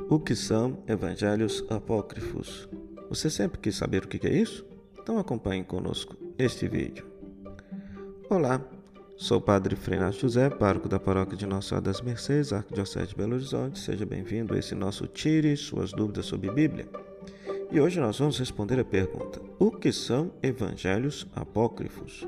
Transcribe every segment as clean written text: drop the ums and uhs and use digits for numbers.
O que são evangelhos apócrifos? Você sempre quis saber o que é isso? Então acompanhe conosco este vídeo. Olá, sou o Padre Frenato José, pároco da paróquia de Nossa Senhora das Mercês, Arquidiocese de Belo Horizonte. Seja bem-vindo a esse nosso Tire Suas Dúvidas sobre Bíblia. E hoje nós vamos responder a pergunta: o que são evangelhos apócrifos?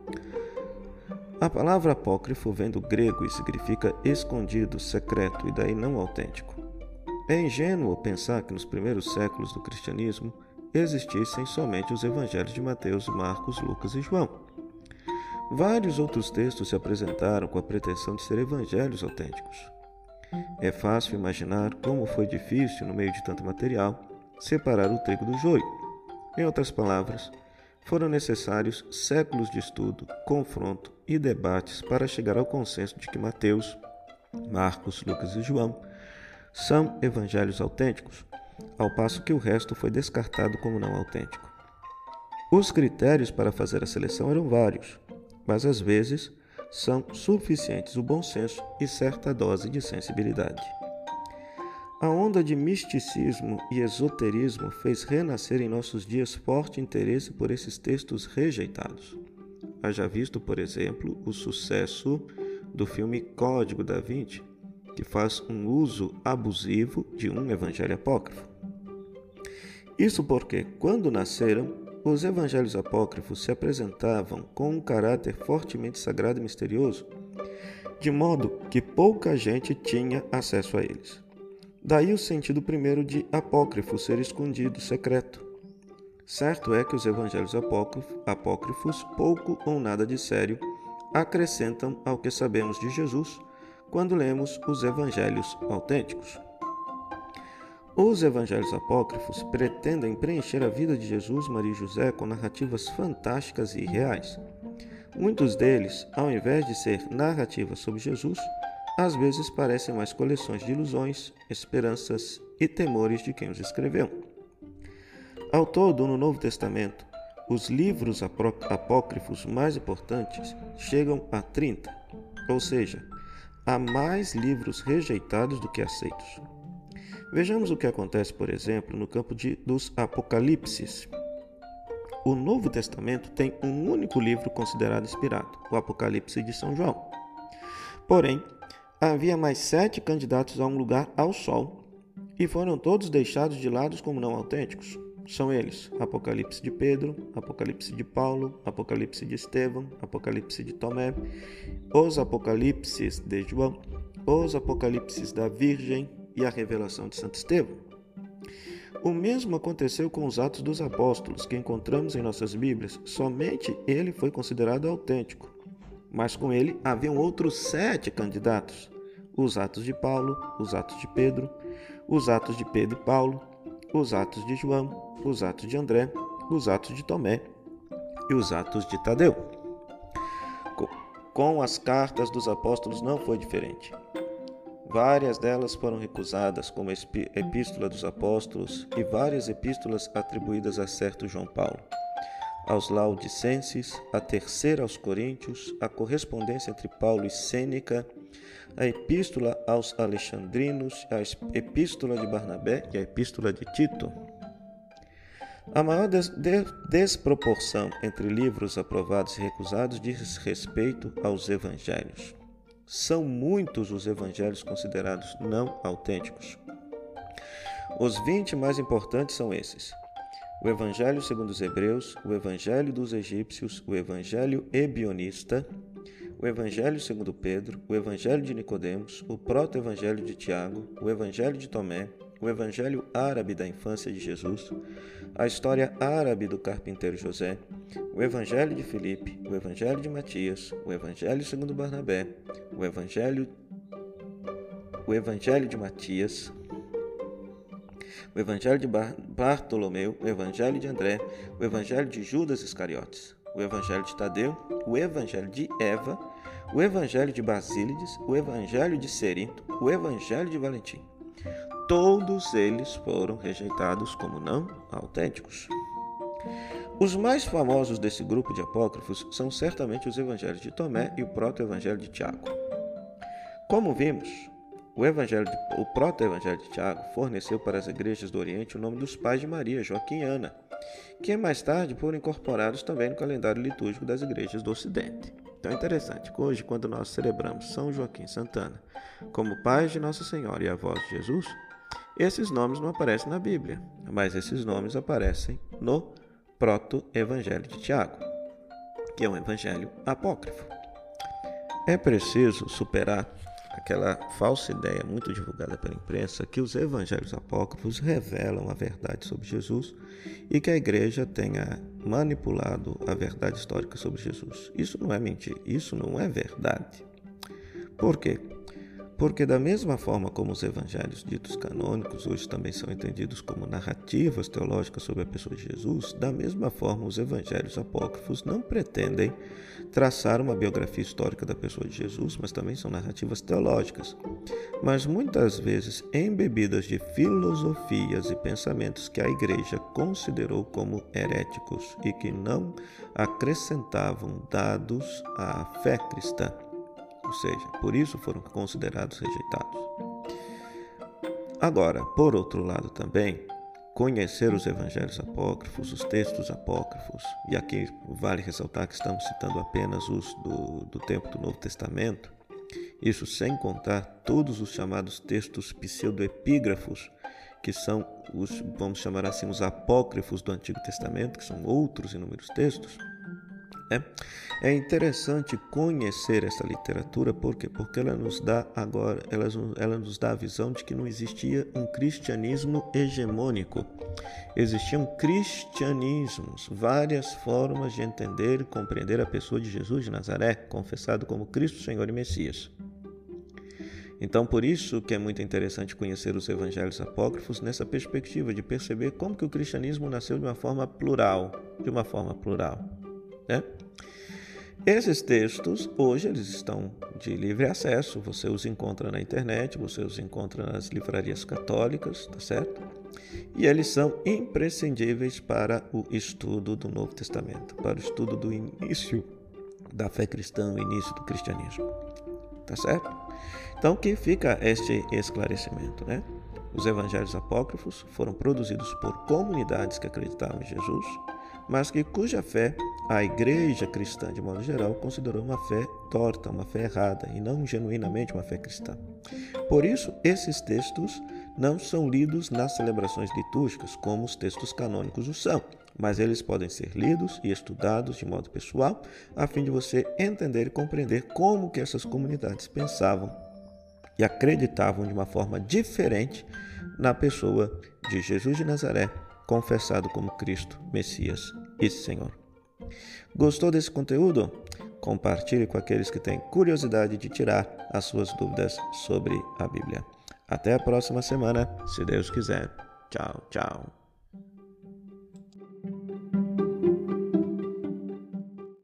A palavra apócrifo vem do grego e significa escondido, secreto e daí não autêntico. É ingênuo pensar que nos primeiros séculos do cristianismo existissem somente os evangelhos de Mateus, Marcos, Lucas e João. Vários outros textos se apresentaram com a pretensão de ser evangelhos autênticos. É fácil imaginar como foi difícil, no meio de tanto material, separar o trigo do joio. Em outras palavras, foram necessários séculos de estudo, confronto e debates para chegar ao consenso de que Mateus, Marcos, Lucas e João são evangelhos autênticos, ao passo que o resto foi descartado como não autêntico. Os critérios para fazer a seleção eram vários, mas às vezes são suficientes o bom senso e certa dose de sensibilidade. A onda de misticismo e esoterismo fez renascer em nossos dias forte interesse por esses textos rejeitados. Haja visto, por exemplo, o sucesso do filme Código da Vinci, que faz um uso abusivo de um evangelho apócrifo. Isso porque, quando nasceram, os evangelhos apócrifos se apresentavam com um caráter fortemente sagrado e misterioso, de modo que pouca gente tinha acesso a eles. Daí o sentido primeiro de apócrifo ser escondido, secreto. Certo é que os evangelhos apócrifos pouco ou nada de sério acrescentam ao que sabemos de Jesus quando lemos os evangelhos autênticos. Os evangelhos apócrifos pretendem preencher a vida de Jesus, Maria e José com narrativas fantásticas e reais. Muitos deles, ao invés de ser narrativas sobre Jesus, às vezes parecem mais coleções de ilusões, esperanças e temores de quem os escreveu. Ao todo, no Novo Testamento, os livros apócrifos mais importantes chegam a 30, ou seja, há mais livros rejeitados do que aceitos. Vejamos o que acontece, por exemplo, no campo dos Apocalipses. O Novo Testamento tem um único livro considerado inspirado, o Apocalipse de São João. Porém, havia mais 7 candidatos a um lugar ao sol, e foram todos deixados de lado como não autênticos. São eles: Apocalipse de Pedro, Apocalipse de Paulo, Apocalipse de Estevão, Apocalipse de Tomé, os Apocalipses de João, os Apocalipses da Virgem e a revelação de Santo Estevão. O mesmo aconteceu com os Atos dos Apóstolos, que encontramos em nossas Bíblias. Somente ele foi considerado autêntico, mas com ele haviam outros 7 candidatos: os Atos de Paulo, os Atos de Pedro, os Atos de Pedro e Paulo, os Atos de João, os Atos de André, os Atos de Tomé e os Atos de Tadeu. Com as cartas dos apóstolos não foi diferente. Várias delas foram recusadas, como a Epístola dos Apóstolos e várias epístolas atribuídas a certo João Paulo, aos Laodicenses, a terceira aos Coríntios, a correspondência entre Paulo e Sêneca, a Epístola aos Alexandrinos, a Epístola de Barnabé e a Epístola de Tito. A maior desproporção entre livros aprovados e recusados diz respeito aos evangelhos. São muitos os evangelhos considerados não autênticos. Os 20 mais importantes são esses: o Evangelho segundo os Hebreus, o Evangelho dos Egípcios, o Evangelho Ebionista, o Evangelho segundo Pedro, o Evangelho de Nicodemos, o Proto-Evangelho de Tiago, o Evangelho de Tomé, o Evangelho árabe da infância de Jesus, a história árabe do carpinteiro José, o Evangelho de Filipe, o Evangelho de Matias, o Evangelho segundo Barnabé, o Evangelho de Matias, o Evangelho de Bartolomeu, o Evangelho de André, o Evangelho de Judas Iscariotes, o Evangelho de Tadeu, o Evangelho de Eva, o Evangelho de Basílides, o Evangelho de Cerinto, o Evangelho de Valentim. Todos eles foram rejeitados como não autênticos. Os mais famosos desse grupo de apócrifos são certamente os Evangelhos de Tomé e o Proto-Evangelho de Tiago. Como vimos, O proto-evangelho de Tiago forneceu para as igrejas do Oriente o nome dos pais de Maria, Joaquim e Ana, que mais tarde foram incorporados também no calendário litúrgico das igrejas do Ocidente. Então é interessante que hoje, quando nós celebramos São Joaquim e Santa Ana como pais de Nossa Senhora e avós de Jesus, esses nomes não aparecem na Bíblia, mas esses nomes aparecem no proto-evangelho de Tiago, que é um evangelho apócrifo. É preciso superar aquela falsa ideia muito divulgada pela imprensa que os evangelhos apócrifos revelam a verdade sobre Jesus e que a igreja tenha manipulado a verdade histórica sobre Jesus. Isso não é mentira, isso não é verdade. Por quê? Porque da mesma forma como os evangelhos ditos canônicos hoje também são entendidos como narrativas teológicas sobre a pessoa de Jesus, da mesma forma os evangelhos apócrifos não pretendem traçar uma biografia histórica da pessoa de Jesus, mas também são narrativas teológicas, mas muitas vezes embebidas de filosofias e pensamentos que a igreja considerou como heréticos e que não acrescentavam dados à fé cristã. Ou seja, por isso foram considerados rejeitados. Agora, por outro lado também, conhecer os evangelhos apócrifos, os textos apócrifos, e aqui vale ressaltar que estamos citando apenas os do tempo do Novo Testamento, isso sem contar todos os chamados textos pseudoepígrafos, que são os, vamos chamar assim, os apócrifos do Antigo Testamento, que são outros inúmeros textos. É interessante conhecer essa literatura, por quê? Porque ela nos dá a visão de que não existia um cristianismo hegemônico. Existiam cristianismos, várias formas de entender e compreender a pessoa de Jesus de Nazaré, confessado como Cristo, Senhor e Messias. Então, por isso que é muito interessante conhecer os evangelhos apócrifos nessa perspectiva de perceber como que o cristianismo nasceu de uma forma plural, né? Esses textos, hoje, eles estão de livre acesso, você os encontra na internet, você os encontra nas livrarias católicas, tá certo? E eles são imprescindíveis para o estudo do Novo Testamento, para o estudo do início da fé cristã, o início do cristianismo, tá certo? Então, que fica este esclarecimento, né? Os evangelhos apócrifos foram produzidos por comunidades que acreditavam em Jesus, mas cuja fé a igreja cristã, de modo geral, considerou uma fé torta, uma fé errada, e não genuinamente uma fé cristã. Por isso, esses textos não são lidos nas celebrações litúrgicas, como os textos canônicos o são, mas eles podem ser lidos e estudados de modo pessoal, a fim de você entender e compreender como que essas comunidades pensavam e acreditavam de uma forma diferente na pessoa de Jesus de Nazaré, confessado como Cristo, Messias e Senhor. Gostou desse conteúdo? Compartilhe com aqueles que têm curiosidade de tirar as suas dúvidas sobre a Bíblia. Até a próxima semana, se Deus quiser. Tchau, tchau.